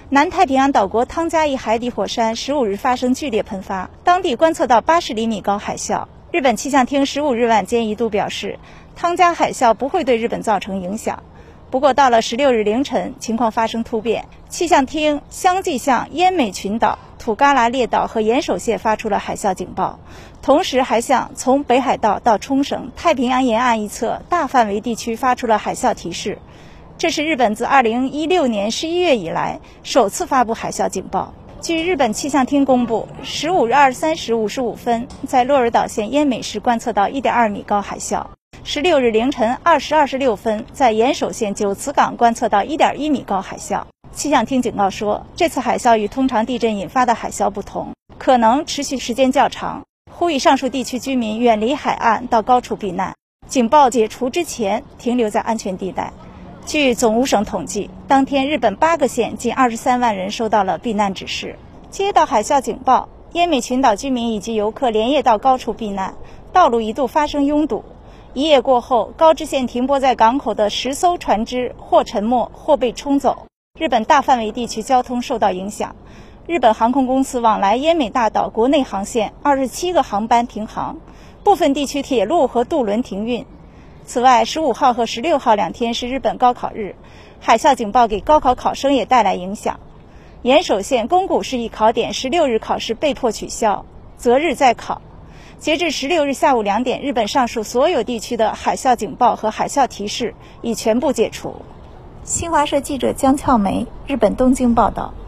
南太平洋岛国汤加一海底火山15日发生剧烈喷发，当地观测到80厘米高海啸。日本气象厅15日晚间一度表示，汤加海啸不会对日本造成影响。不过到了16日凌晨，情况发生突变，气象厅相继向奄美群岛、土嘎拉列岛和岩手县发出了海啸警报，同时还向从北海道到冲绳、太平洋沿岸一侧大范围地区发出了海啸提示。这是日本自2016年11月以来首次发布海啸警报。据日本气象厅公布，15日23时55分，在鹿儿岛县奄美市观测到1.2米高海啸；16日凌晨20时26分，在岩手县九慈港观测到1.1米高海啸。气象厅警告说，这次海啸与通常地震引发的海啸不同，可能持续时间较长，呼吁上述地区居民远离海岸，到高处避难。警报解除之前，停留在安全地带。据总务省统计，当天日本8个县近23万人收到了避难指示。接到海啸警报，奄美群岛居民以及游客连夜到高处避难，道路一度发生拥堵。一夜过后，高知县停泊在港口的10艘船只或沉没或被冲走，日本大范围地区交通受到影响。日本航空公司往来奄美大岛国内航线27个航班停航，部分地区铁路和渡轮停运。此外，15号和16号2天是日本高考日，海啸警报给高考考生也带来影响。岩手县宫古市一考点16日考试被迫取消，择日再考。截至16日下午2点，日本上述所有地区的海啸警报和海啸提示已全部解除。新华社记者江俏梅，日本东京报道。